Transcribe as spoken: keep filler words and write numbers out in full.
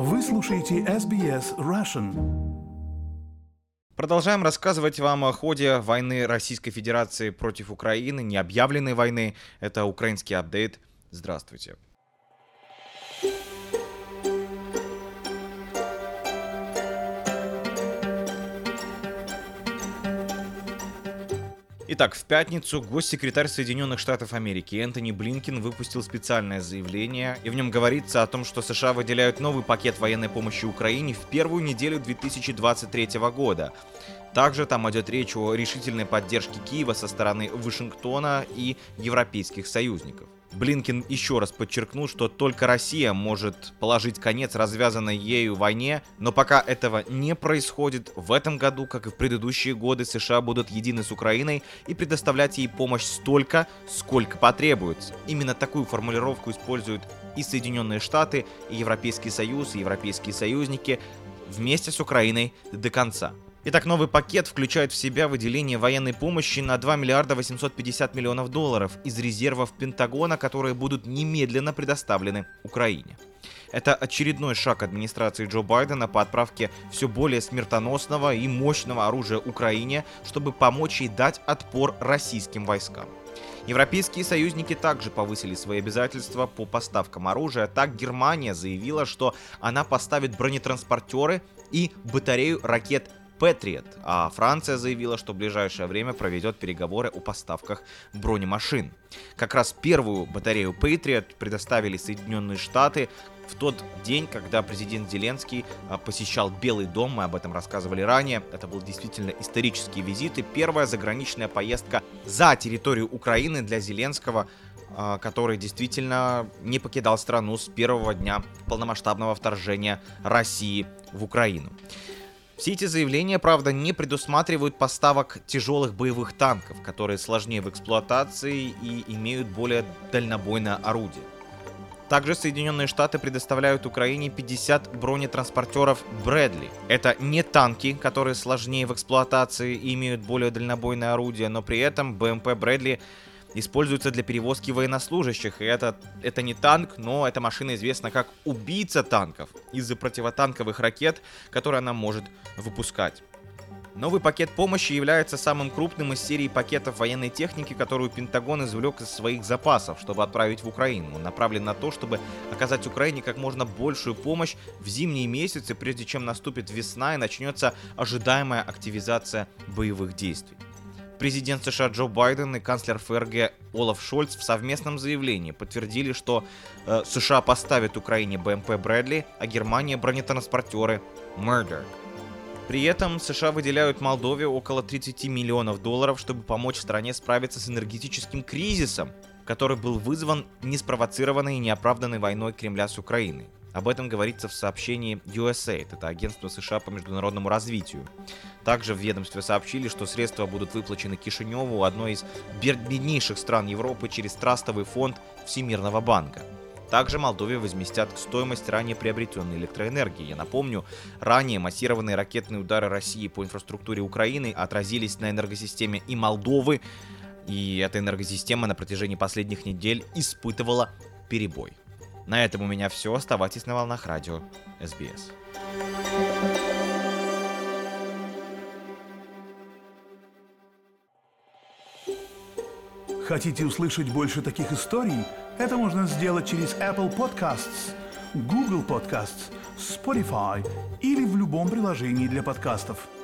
Вы слушаете эс би эс Russian. Продолжаем рассказывать вам о ходе войны Российской Федерации против Украины, необъявленной войны. Это украинский апдейт. Здравствуйте. Итак, в пятницу госсекретарь Соединенных Штатов Америки Энтони Блинкен выпустил специальное заявление, и в нем говорится о том, что США выделяют новый пакет военной помощи Украине в первую неделю две тысячи двадцать третьего года. Также там идет речь о решительной поддержке Киева со стороны Вашингтона и европейских союзников. Блинкен еще раз подчеркнул, что только Россия может положить конец развязанной ею войне, но пока этого не происходит, в этом году, как и в предыдущие годы, США будут едины с Украиной и предоставлять ей помощь столько, сколько потребуется. Именно такую формулировку используют и Соединенные Штаты, и Европейский Союз, и европейские союзники вместе с Украиной до конца. Итак, новый пакет включает в себя выделение военной помощи на два миллиарда восемьсот пятьдесят миллионов долларов из резервов Пентагона, которые будут немедленно предоставлены Украине. Это очередной шаг администрации Джо Байдена по отправке все более смертоносного и мощного оружия Украине, чтобы помочь ей дать отпор российским войскам. Европейские союзники также повысили свои обязательства по поставкам оружия. Так, Германия заявила, что она поставит бронетранспортеры и батарею ракет Патриот, а Франция заявила, что в ближайшее время проведет переговоры о поставках бронемашин. Как раз первую батарею Патриот предоставили Соединенные Штаты в тот день, когда президент Зеленский посещал Белый дом, мы об этом рассказывали ранее. Это был действительно исторический визит и первая заграничная поездка за территорию Украины для Зеленского, который действительно не покидал страну с первого дня полномасштабного вторжения России в Украину. Все эти заявления, правда, не предусматривают поставок тяжелых боевых танков, которые сложнее в эксплуатации и имеют более дальнобойное орудие. Также Соединенные Штаты предоставляют Украине пятьдесят бронетранспортеров Брэдли. Это не танки, которые сложнее в эксплуатации и имеют более дальнобойное орудие, но при этом БМП Брэдли используется для перевозки военнослужащих, и это, это не танк, но эта машина известна как убийца танков из-за противотанковых ракет, которые она может выпускать. Новый пакет помощи является самым крупным из серии пакетов военной техники, которую Пентагон извлек из своих запасов, чтобы отправить в Украину. Он направлен на то, чтобы оказать Украине как можно большую помощь в зимние месяцы, прежде чем наступит весна и начнется ожидаемая активизация боевых действий. Президент США Джо Байден и канцлер ФРГ Олаф Шольц в совместном заявлении подтвердили, что э, США поставят Украине БМП Брэдли, а Германия бронетранспортеры Мёрдок. При этом США выделяют Молдове около тридцать миллионов долларов, чтобы помочь стране справиться с энергетическим кризисом, который был вызван неспровоцированной и неоправданной войной Кремля с Украиной. Об этом говорится в сообщении ю эс эй, это агентство США по международному развитию. Также в ведомстве сообщили, что средства будут выплачены Кишиневу, одной из беднейших стран Европы, через трастовый фонд Всемирного банка. Также Молдове возместят стоимость ранее приобретенной электроэнергии. Я напомню, ранее массированные ракетные удары России по инфраструктуре Украины отразились на энергосистеме и Молдовы, и эта энергосистема на протяжении последних недель испытывала перебой. На этом у меня все. Оставайтесь на волнах радио эс би эс. Хотите услышать больше таких историй? Это можно сделать через Apple Podcasts, Google Podcasts, Spotify или в любом приложении для подкастов.